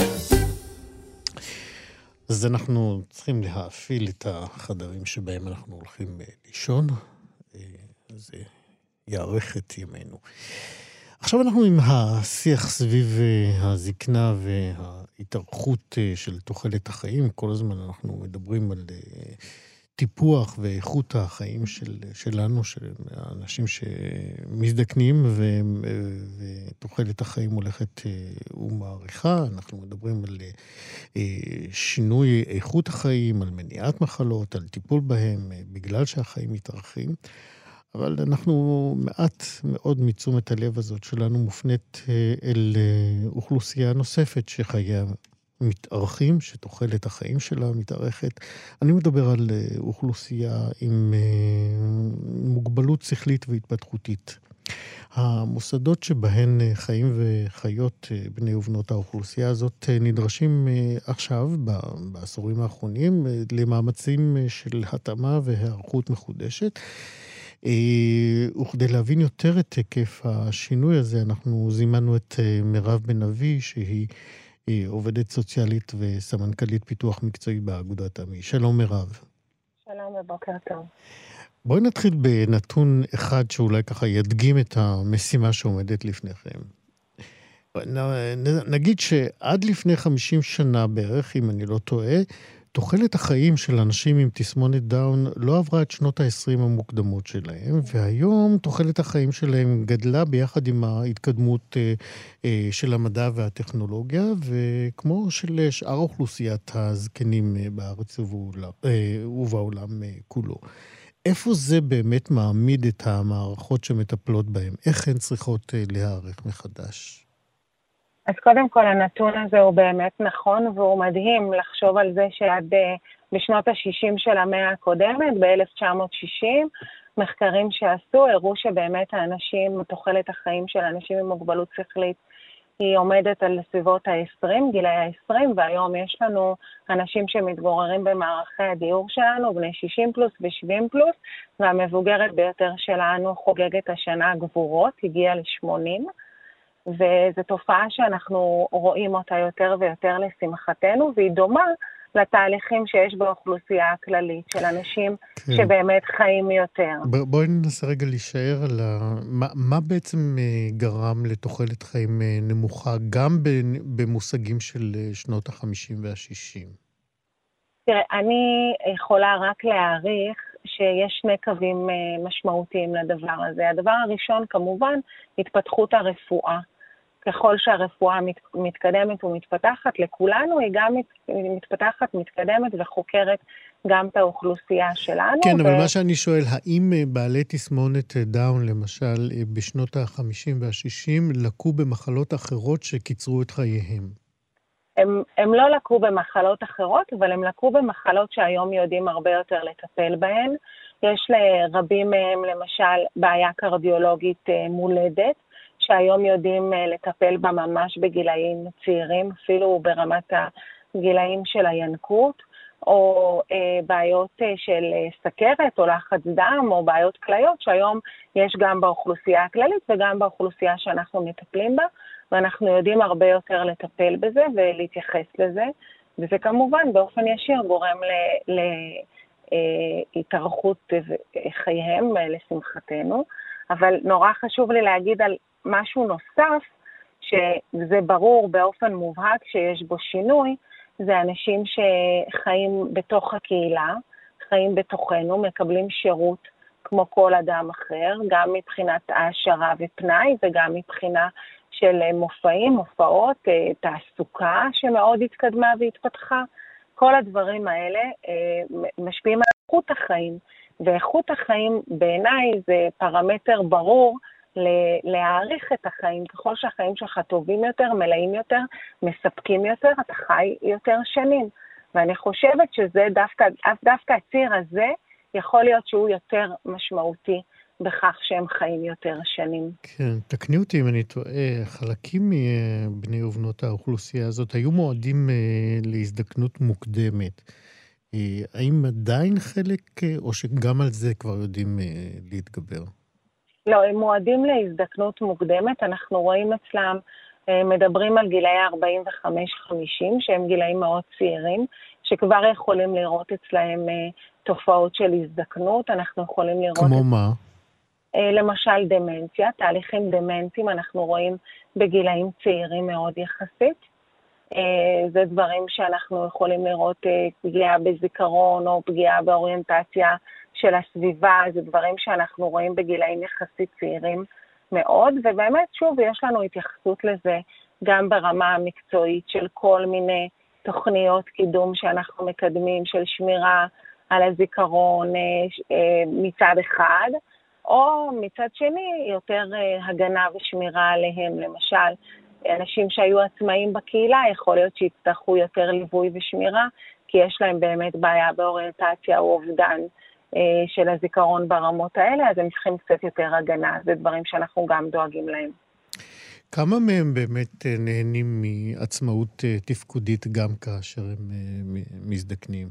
אז אנחנו צריכים להאפיל את החדרים שבהם אנחנו הולכים לישון, זה יארך את ימינו. עכשיו אנחנו עם השיח סביב הזקנה וההתארכות של תוחלת החיים. כל הזמן אנחנו מדברים על טיפוח ואיכות החיים של, שלנו, של האנשים שמזדקנים, ו, ותוחלת החיים הולכת ומעריכה. אנחנו מדברים על שינוי איכות החיים, על מניעת מחלות, על טיפול בהם, בגלל שהחיים מתארכים. אבל אנחנו מעט מאוד מתשומת הלב הזאת שלנו מופנית אל אוכלוסייה נוספת שחייה מתארכים, שתוחלת החיים שלה מתארכת. אני מדבר על אוכלוסייה עם מוגבלות שכלית והתפתחותית. המוסדות שבהן חיים וחיות בני ובנות האוכלוסייה הזאת נדרשים עכשיו, בעשורים האחרונים, למאמצים של התאמה והיערכות מחודשת. וכדי להבין יותר את היקף השינוי הזה, אנחנו זימנו את מירב בן אבי, שהיא עובדת סוציאלית וסמנכ"לית פיתוח מקצועי באגודת עמי. שלום מירב. שלום ובוקר טוב. בואי נתחיל בנתון אחד שאולי ככה ידגים את המשימה שעומדת לפניכם. נגיד שעד לפני חמישים שנה בערך, אם אני לא טועה, תוחלת החיים של אנשים עם תסמונת דאון לא עברה את שנות ה-עשרים המוקדמות שלהם, והיום תוחלת החיים שלהם גדלה ביחד עם ההתקדמות של המדע והטכנולוגיה, וכמו של שאר אוכלוסיית הזקנים בארץ ובעולם כולו. איפה זה באמת מעמיד את המערכות שמטפלות בהם? איך הן צריכות להיערך מחדש? אז קודם כל הנתון הזה הוא באמת נכון, והוא מדהים לחשוב על זה שעד בשנות ה-שישים של המאה הקודמת, ב-אלף תשע מאות שישים, מחקרים שעשו הראו שבאמת האנשים, תוחלת החיים של אנשים עם מוגבלות שכלית, היא עומדת על סביבות ה-עשרים, גילי ה-עשרים, והיום יש לנו אנשים שמתגוררים במערכי הדיור שלנו, בני שישים פלוס ו-שבעים פלוס, והמבוגרת ביותר שלנו חוגגת השנה גבורות, הגיעה ל-שמונים, וזו תופעה שאנחנו רואים אותה יותר ויותר לשמחתנו, והיא דומה לתהליכים שיש באוכלוסייה הכללית של אנשים כן. שבאמת חיים יותר. ב- בואי ננסה רגע להישאר על ה... מה, מה בעצם גרם לתוחלת חיים נמוכה, גם במושגים של שנות ה-חמישים וה-שישים? תראה, אני יכולה רק להעריך שיש שני קווים משמעותיים לדבר הזה. הדבר הראשון, כמובן, התפתחות הרפואה. ככל שהרפואה מת, מתקדמת ומתפתחת לכולנו, היא גם מת, מתפתחת, מתקדמת וחוקרת גם את האוכלוסייה שלנו. כן, ו... אבל מה שאני שואל, האם בעלי תסמונת דאון, למשל, בשנות ה-חמישים וה-שישים, לקו במחלות אחרות שקיצרו את חייהם? הם, הם לא לקו במחלות אחרות, אבל הם לקו במחלות שהיום יודעים הרבה יותר לטפל בהן. יש לרבים מהם, למשל, בעיה קרדיולוגית מולדת, שהיום יודעים לטפל בה ממש בגילאים צעירים, אפילו ברמת הגילאים של הינקות, או אה, בעיות אה, של סכרת או לחץ דם, או בעיות כליות, שהיום יש גם באוכלוסייה הכללית וגם באוכלוסייה שאנחנו מטפלים בה, ואנחנו יודעים הרבה יותר לטפל בזה ולהתייחס לזה, וזה כמובן באופן ישיר גורם להתארכות חייהם, לשמחתנו. אבל נורא חשוב לי להגיד על משהו נוסף, שזה ברור באופן מובהק שיש בו שינוי, זה אנשים שחיים בתוך הקהילה, חיים בתוכנו, מקבלים שירות כמו כל אדם אחר, גם מבחינת העשרה ופנאי וגם מבחינה של מופעים, מופעות, תעסוקה שמאוד התקדמה והתפתחה. כל הדברים האלה משפיעים על איכות החיים, ואיכות החיים בעיניי זה פרמטר ברור להעריך את החיים. ככל שהחיים שלך טובים יותר, מלאים יותר, מספקים יותר, אתה חי יותר שנים. ואני חושבת שזה דווקא, דווקא הציר הזה יכול להיות שהוא יותר משמעותי בכך שהם חיים יותר שנים. כן, תקני אותי אם אני טועה, חלקים מבני ובנות האוכלוסייה הזאת היו מועדים להזדקנות מוקדמת. האם עדיין חלק, או שגם על זה כבר יודעים להתגבר? לא, הם מועדים להזדקנות מוקדמת. אנחנו רואים אצלם, מדברים על גילאי ארבעים וחמש חמישים, שהם גילאים מאוד צעירים, שכבר יכולים לראות אצלהם תופעות של הזדקנות. אנחנו יכולים לראות... כמו את... מה? למשל דמנציה, תהליכים דמנטיים אנחנו רואים בגילאים צעירים מאוד יחסית. זה דברים שאנחנו יכולים לראות פגיעה בזיכרון או פגיעה באוריינטציה של הסביבה, זה דברים שאנחנו רואים בגילאים יחסית צעירים מאוד, ובאמת שוב יש לנו התייחסות לזה גם ברמה המקצועית של כל מיני תוכניות קידום שאנחנו מקדמים של שמירה על הזיכרון מצד אחד, או מצד שני יותר הגנה ושמירה עליהם. למשל, אנשים שהיו עצמאים בקהילה יכול להיות שיצטרכו יותר ליווי ושמירה, כי יש להם באמת בעיה באוריינטציה או אובדן של הזיכרון ברמות האלה, אז הם צריכים קצת יותר הגנה. זה דברים שאנחנו גם דואגים להם. כמה מהם באמת נהנים מעצמאות תפקודית גם כאשר הם מזדקנים?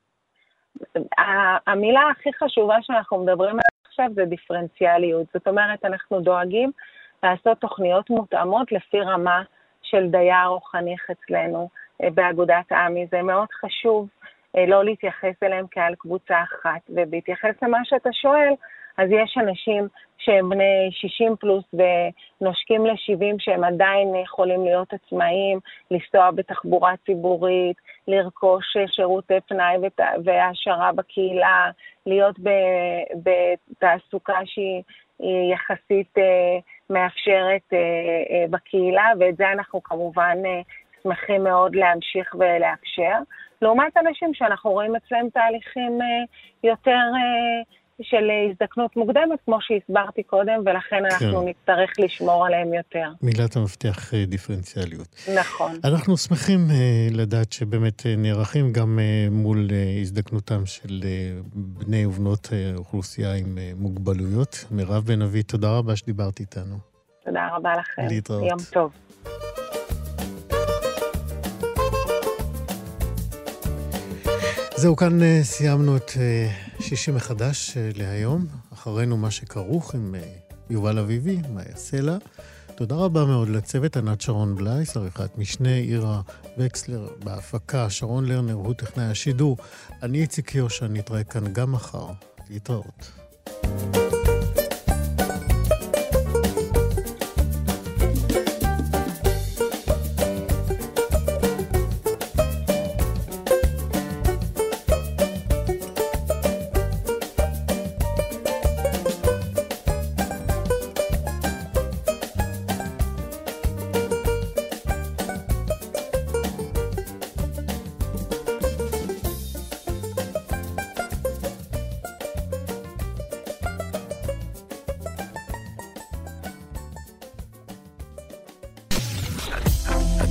המילה הכי חשובה שאנחנו מדברים עליה עכשיו זה דיפרנציאליות. זאת אומרת, אנחנו דואגים לעשות תוכניות מותאמות לפי רמה של דייר או חניך אצלנו באגודת עמי. זה מאוד חשוב לא להתייחס אליהם כעל קבוצה אחת. ובהתייחס למה שאתה שואל, אז יש אנשים שהם בני שישים פלוס ונושקים ל-שבעים שהם עדיין יכולים להיות עצמאיים, לנסוע בתחבורה ציבורית, לרכוש שירותי פנאי והעשרה בקהילה, להיות בתעסוקה שהיא יחסית מאפשרת בקהילה, ואת זה אנחנו כמובן שמחים מאוד להמשיך ולאפשר. לעומת אנשים שאנחנו רואים אצלם תהליכים יותר של הזדקנות מוקדמת, כמו שהסברתי קודם, ולכן אנחנו כן. נצטרך לשמור עליהם יותר. מילת המפתח דיפרנציאליות. נכון. אנחנו שמחים לדעת שבאמת נערכים גם מול הזדקנותם של בני ובנות אוכלוסייה עם מוגבלויות. מירב בן אבי, תודה רבה שדיברת איתנו. תודה רבה לכם. להתראות. יום טוב. זהו, כאן סיימנו את שישי מחדש להיום. אחרינו מה שכרוך עם יובל אביבי, מאיה סלע. תודה רבה מאוד לצוות, ענת שרון בלייס, עריכת משנה, עירה וקסלר, בהפקה, שרון לרנר, הוא טכנאי השידור. אני איציק יושע, נתראה כאן גם מחר. להתראות.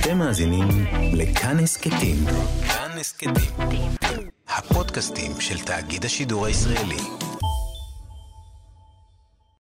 אתם מאזינים לכאן הסכתים. כאן הסכתים, הפודקאסטים של תאגיד השידור הישראלי.